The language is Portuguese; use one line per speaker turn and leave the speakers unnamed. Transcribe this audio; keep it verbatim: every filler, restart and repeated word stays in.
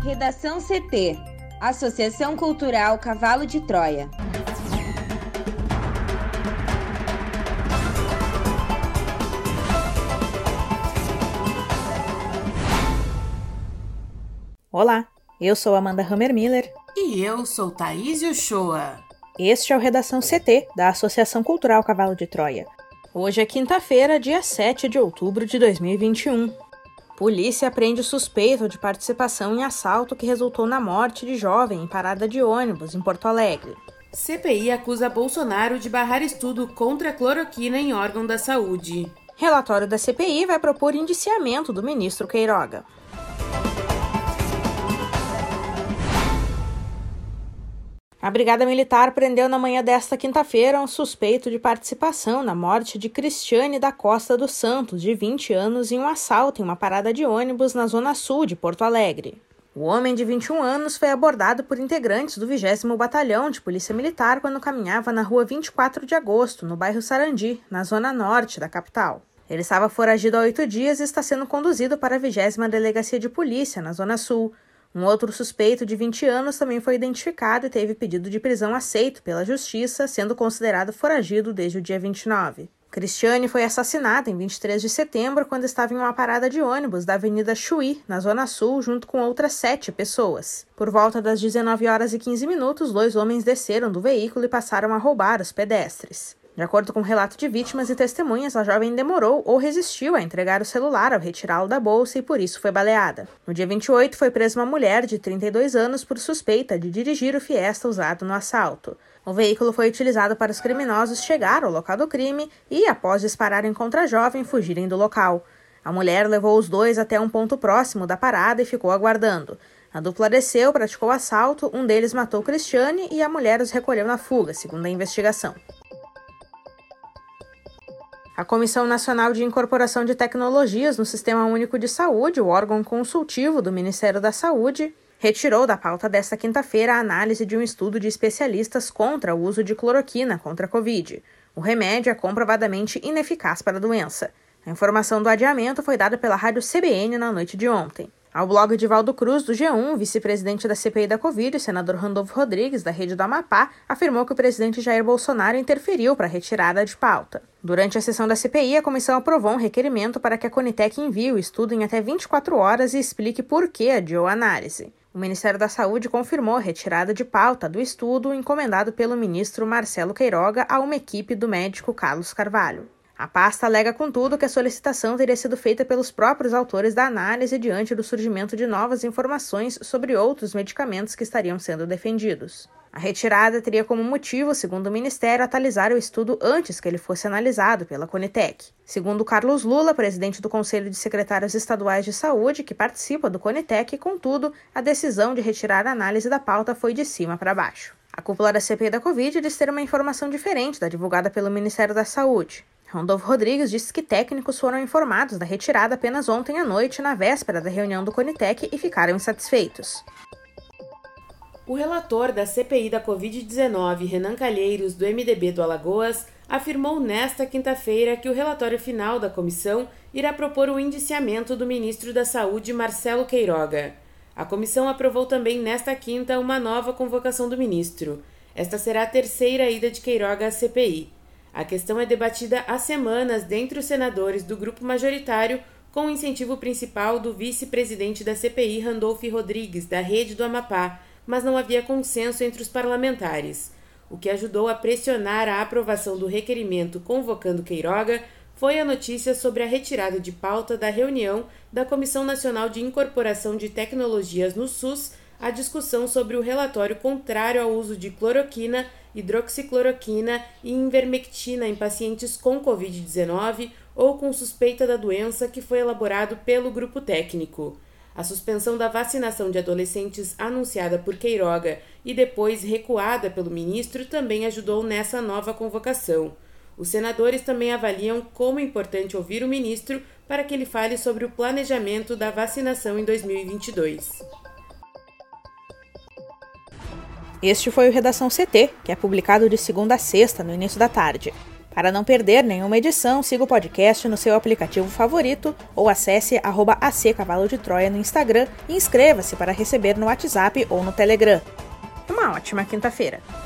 Redação C T, Associação Cultural Cavalo de Troia.
Olá, eu sou Amanda Hammermiller.
E eu sou Thaís Uchoa.
Este é o Redação C T, da Associação Cultural Cavalo de Troia. Hoje é quinta-feira, dia sete de outubro de dois mil e vinte e um. Polícia prende suspeito de participação em assalto que resultou na morte de jovem em parada de ônibus em Porto Alegre.
C P I acusa Bolsonaro de barrar estudo contra a cloroquina em órgão da saúde.
Relatório da C P I vai propor indiciamento do ministro Queiroga. A Brigada Militar prendeu na manhã desta quinta-feira um suspeito de participação na morte de Cristiane da Costa dos Santos, de vinte anos, em um assalto em uma parada de ônibus na zona sul de Porto Alegre. O homem de vinte e um anos foi abordado por integrantes do vigésimo Batalhão de Polícia Militar quando caminhava na rua vinte e quatro de agosto, no bairro Sarandi, na zona norte da capital. Ele estava foragido há oito dias e está sendo conduzido para a vigésima Delegacia de Polícia, na zona sul. Um outro suspeito de vinte anos também foi identificado e teve pedido de prisão aceito pela Justiça, sendo considerado foragido desde o dia vinte e nove. Cristiane foi assassinada em vinte e três de setembro, quando estava em uma parada de ônibus da Avenida Chuí, na Zona Sul, junto com outras sete pessoas. Por volta das dezenove horas e quinze minutos, dois homens desceram do veículo e passaram a roubar os pedestres. De acordo com o relato de vítimas e testemunhas, a jovem demorou ou resistiu a entregar o celular ao retirá-lo da bolsa e por isso foi baleada. No dia vinte e oito, foi presa uma mulher de trinta e dois anos por suspeita de dirigir o Fiesta usado no assalto. O veículo foi utilizado para os criminosos chegar ao local do crime e, após dispararem contra a jovem, fugirem do local. A mulher levou os dois até um ponto próximo da parada e ficou aguardando. A dupla desceu, praticou o assalto, um deles matou Cristiane e a mulher os recolheu na fuga, segundo a investigação. A Comissão Nacional de Incorporação de Tecnologias no Sistema Único de Saúde, o órgão consultivo do Ministério da Saúde, retirou da pauta desta quinta-feira a análise de um estudo de especialistas contra o uso de cloroquina contra a Covid. O remédio é comprovadamente ineficaz para a doença. A informação do adiamento foi dada pela rádio C B N na noite de ontem. Ao blog de Valdo Cruz, do G um, vice-presidente da C P I da Covid, o senador Randolfo Rodrigues, da Rede do Amapá, afirmou que o presidente Jair Bolsonaro interferiu para a retirada de pauta. Durante a sessão da C P I, a comissão aprovou um requerimento para que a Conitec envie o estudo em até vinte e quatro horas e explique por que adiou a análise. O Ministério da Saúde confirmou a retirada de pauta do estudo encomendado pelo ministro Marcelo Queiroga a uma equipe do médico Carlos Carvalho. A pasta alega, contudo, que a solicitação teria sido feita pelos próprios autores da análise diante do surgimento de novas informações sobre outros medicamentos que estariam sendo defendidos. A retirada teria como motivo, segundo o Ministério, atualizar o estudo antes que ele fosse analisado pela Conitec. Segundo Carlos Lula, presidente do Conselho de Secretários Estaduais de Saúde, que participa do Conitec, contudo, a decisão de retirar a análise da pauta foi de cima para baixo. A cúpula da C P I da Covid diz ter uma informação diferente da divulgada pelo Ministério da Saúde. Randolfo Rodrigues disse que técnicos foram informados da retirada apenas ontem à noite, na véspera da reunião do Conitec, e ficaram insatisfeitos.
O relator da C P I da covid dezenove, Renan Calheiros, do M D B do Alagoas, afirmou nesta quinta-feira que o relatório final da comissão irá propor o indiciamento do ministro da Saúde, Marcelo Queiroga. A comissão aprovou também nesta quinta uma nova convocação do ministro. Esta será a terceira ida de Queiroga à C P I. A questão é debatida há semanas dentre os senadores do grupo majoritário, com o incentivo principal do vice-presidente da C P I, Randolfo Rodrigues, da Rede do Amapá, mas não havia consenso entre os parlamentares. O que ajudou a pressionar a aprovação do requerimento convocando Queiroga foi a notícia sobre a retirada de pauta da reunião da Comissão Nacional de Incorporação de Tecnologias no SUS, a discussão sobre o relatório contrário ao uso de cloroquina, hidroxicloroquina e ivermectina em pacientes com covid dezenove ou com suspeita da doença, que foi elaborado pelo grupo técnico. A suspensão da vacinação de adolescentes anunciada por Queiroga e depois recuada pelo ministro também ajudou nessa nova convocação. Os senadores também avaliam como é importante ouvir o ministro para que ele fale sobre o planejamento da vacinação em dois mil e vinte e dois.
Este foi o Redação C T, que é publicado de segunda a sexta, no início da tarde. Para não perder nenhuma edição, siga o podcast no seu aplicativo favorito ou acesse arroba A C Cavalo de Troia no Instagram e inscreva-se para receber no WhatsApp ou no Telegram. Uma ótima quinta-feira!